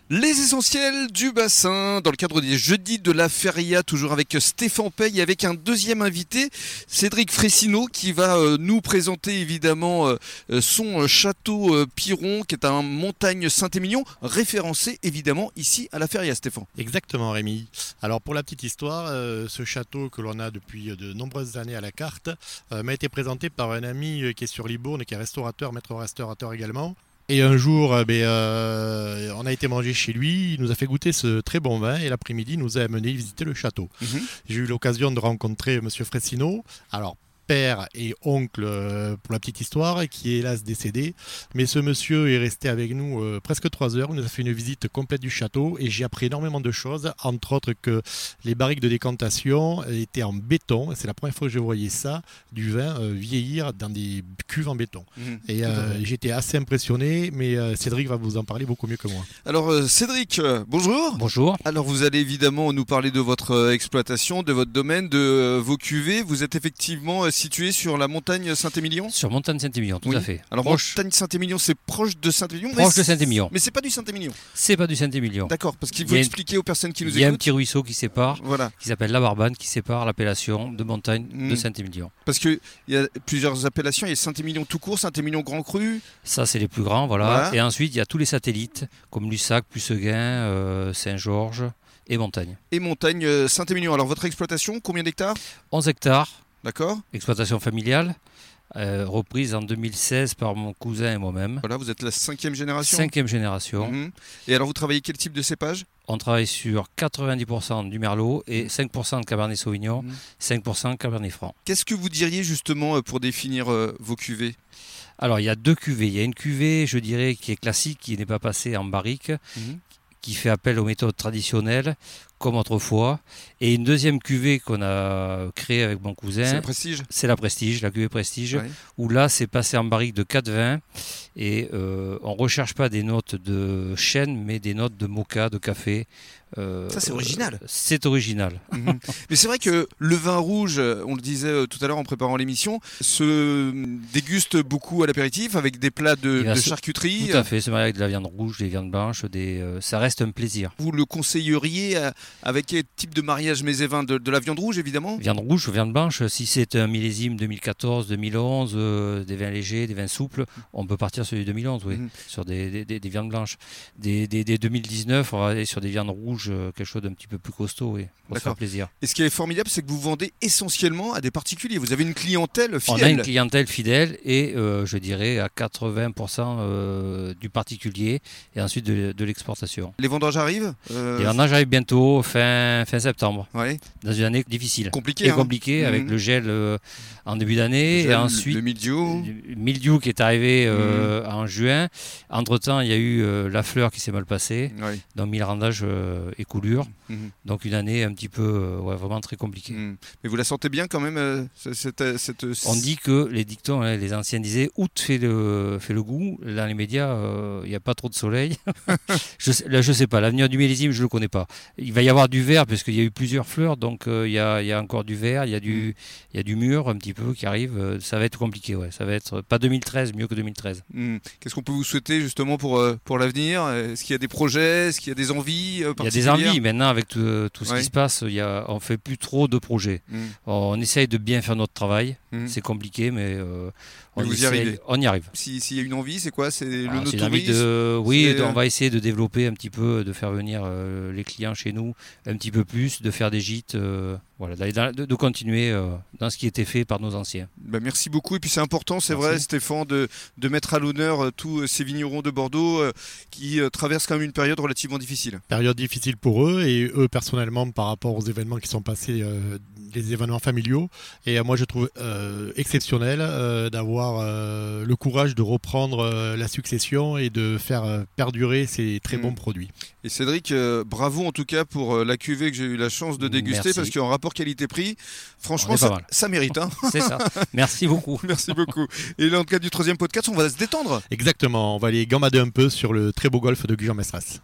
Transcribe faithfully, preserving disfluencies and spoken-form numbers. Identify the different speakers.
Speaker 1: Les essentiels du bassin, dans le cadre des jeudis de la Feria, toujours avec Stéphane Paye et avec un deuxième invité, Cédric Fressineau, qui va euh, nous présenter évidemment euh, son château euh, Piron, qui est un montagne Saint-Émilion, référencé évidemment ici à la Feria, Stéphane.
Speaker 2: Exactement, Rémi. Alors pour la petite histoire, euh, ce château que l'on a depuis de nombreuses années à la carte euh, m'a été présenté par un ami euh, qui est sur Libourne, qui est restaurateur, maître restaurateur également. Et un jour, euh, ben, euh, on a été manger chez lui, il nous a fait goûter ce très bon vin et l'après-midi, il nous a amené visiter le château. Mmh. J'ai eu l'occasion de rencontrer M. Fressineau, alors père et oncle euh, pour la petite histoire, qui est hélas décédé. Mais ce monsieur est resté avec nous euh, presque trois heures, il nous a fait une visite complète du château et j'ai appris énormément de choses, entre autres que les barriques de décantation étaient en béton, c'est la première fois que je voyais ça, du vin euh, vieillir dans des cuves en béton. Mmh. Et euh, j'étais assez impressionné, mais euh, Cédric va vous en parler beaucoup mieux que moi.
Speaker 1: Alors euh, Cédric, euh, bonjour.
Speaker 3: Bonjour.
Speaker 1: Alors vous allez évidemment nous parler de votre euh, exploitation, de votre domaine, de euh, vos cuvées. Vous êtes effectivement euh, situé sur la montagne Saint-Émilion ?
Speaker 3: Sur montagne Saint-Émilion, tout
Speaker 1: oui.
Speaker 3: à fait.
Speaker 1: Alors
Speaker 3: proche.
Speaker 1: montagne Saint-Émilion, c'est proche de Saint-Émilion.
Speaker 3: Proche de Saint-Émilion.
Speaker 1: Mais c'est pas du Saint-Émilion.
Speaker 3: C'est pas du Saint-Émilion.
Speaker 1: D'accord, parce qu'il faut expliquer aux personnes qui nous écoutent.
Speaker 3: Il y a un petit ruisseau qui sépare,
Speaker 1: voilà. qui
Speaker 3: s'appelle la Barbane, qui sépare l'appellation de montagne mmh. de Saint-Émilion.
Speaker 1: Parce qu'il y a plusieurs appellations, il y a Saint-Émilion tout court, Saint-Émilion grand cru.
Speaker 3: Ça c'est les plus grands, voilà. voilà. Et ensuite il y a tous les satellites, comme Lussac, Plusseguin, euh, Saint-Georges et Montagne.
Speaker 1: Et Montagne euh, Saint-Émilion. Alors votre exploitation, combien d'hectares ?
Speaker 3: onze hectares.
Speaker 1: D'accord.
Speaker 3: Exploitation familiale. Euh, reprise en deux mille seize par mon cousin et moi-même.
Speaker 1: Voilà, vous êtes la cinquième génération.
Speaker 3: Cinquième génération.
Speaker 1: Mmh. Et alors vous travaillez quel type de cépage ?
Speaker 3: On travaille sur quatre-vingt-dix pour cent du Merlot et cinq pour cent de Cabernet Sauvignon, mmh. cinq pour cent de Cabernet Franc.
Speaker 1: Qu'est-ce que vous diriez justement pour définir euh, vos cuvées ?
Speaker 3: Alors il y a deux cuvées. Il y a une cuvée, je dirais, qui est classique, qui n'est pas passée en barrique, mmh. qui fait appel aux méthodes traditionnelles, comme autrefois. Et une deuxième cuvée qu'on a créée avec mon cousin.
Speaker 1: C'est la Prestige.
Speaker 3: C'est la Prestige, la cuvée Prestige, ouais. Où là, c'est passé en barrique de quatre vins. Et euh, on ne recherche pas des notes de chêne, mais des notes de moka, de café.
Speaker 1: Euh, Ça, c'est original.
Speaker 3: Euh, c'est original.
Speaker 1: Mmh. Mais c'est vrai que le vin rouge, on le disait tout à l'heure en préparant l'émission, se déguste beaucoup à l'apéritif avec des plats de, de charcuterie.
Speaker 3: Tout à fait, c'est marié avec de la viande rouge, des viandes blanches, des, euh, ça reste un plaisir.
Speaker 1: Vous le conseilleriez à, avec quel type de mariage mets et vins de, de la viande rouge, évidemment ?
Speaker 3: Viande rouge ou viande blanche, si c'est un millésime deux mille quatorze, deux mille onze, euh, des vins légers, des vins souples, on peut partir sur du deux mille onze, oui, mmh. sur des, des, des, des viandes blanches. Des, des, des deux mille dix-neuf, on va aller sur des viandes rouges, quelque chose d'un petit peu plus costaud, oui, pour se faire plaisir.
Speaker 1: Et ce qui est formidable, c'est que vous vendez essentiellement à des particuliers. Vous avez une clientèle fidèle.
Speaker 3: On a une clientèle fidèle et euh, je dirais à quatre-vingts pour cent euh, du particulier et ensuite de, de l'exportation.
Speaker 1: Les vendanges arrivent euh...
Speaker 3: Les vendanges arrivent bientôt, fin, fin septembre.
Speaker 1: Ouais.
Speaker 3: Dans une année difficile.
Speaker 1: Compliquée.
Speaker 3: Et
Speaker 1: hein.
Speaker 3: compliquée, mmh. avec le gel euh, en début d'année.
Speaker 1: Le,
Speaker 3: et ensuite,
Speaker 1: le mildiou.
Speaker 3: Le mildiou qui est arrivé euh, mmh. en juin. Entre-temps, il y a eu euh, la fleur qui s'est mal passée. Ouais. Donc mille rendages euh, et coulures. Mmh. Donc une année un petit peu, euh, ouais, vraiment très compliquée.
Speaker 1: Mmh. Mais vous la sentez bien quand même euh, cette, cette...
Speaker 3: On dit que les dictons, hein, les anciens disaient août fait le, fait le goût. Dans les médias, il euh, n'y a pas trop de soleil. je sais, là, je sais pas, l'avenir du millésime, je le connais pas. Il va y avoir du vert parce qu'il y a eu plusieurs fleurs, donc il euh, y, a, y a encore du vert, il y a du, il y a du mûr un petit peu qui arrive. Ça va être compliqué, ouais. Ça va être pas deux mille treize, mieux que deux mille treize.
Speaker 1: Mmh. Qu'est-ce qu'on peut vous souhaiter justement pour euh, pour l'avenir ? Est-ce qu'il y a des projets ? Est-ce qu'il y a des envies euh, particulières ?
Speaker 3: Il y a des envies maintenant avec tout, tout ce ouais. qui se passe. Il y a, on fait plus trop de projets. Mmh. On essaye de bien faire notre travail. Mmh. C'est compliqué, mais, euh, on,
Speaker 1: mais vous
Speaker 3: essaye,
Speaker 1: y arrivez.
Speaker 3: On y arrive.
Speaker 1: S'il si y a une envie, c'est quoi ? C'est le
Speaker 3: ah,
Speaker 1: no-tourisme
Speaker 3: de... Oui, de, on va essayer de développer un petit peu, de faire venir euh, les clients chez nous un petit peu plus, de faire des gîtes, euh, voilà, dans, de, de continuer euh, dans ce qui était fait par nos anciens.
Speaker 1: Bah, merci beaucoup. Et puis c'est important, c'est merci. vrai, Stéphane, de, de mettre à l'honneur euh, tous ces vignerons de Bordeaux euh, qui euh, traversent quand même une période relativement difficile.
Speaker 2: Période difficile pour eux et eux personnellement par rapport aux événements qui sont passés, euh, les événements familiaux. Et euh, moi je trouve euh, exceptionnel euh, d'avoir euh, le courage de reprendre euh, la succession et de faire euh, perdurer ces très mmh. bons produits.
Speaker 1: Et Cédric, euh, bravo en tout cas pour euh, la cuvée que j'ai eu la chance de déguster. Merci. Parce qu'en rapport qualité-prix, franchement ça, ça mérite. Hein.
Speaker 3: C'est ça. Merci beaucoup.
Speaker 1: Merci beaucoup. Et dans le cadre du troisième podcast, on va se détendre.
Speaker 2: Exactement, on va aller gambader un peu sur le très beau golfe de Gujan-Mestras.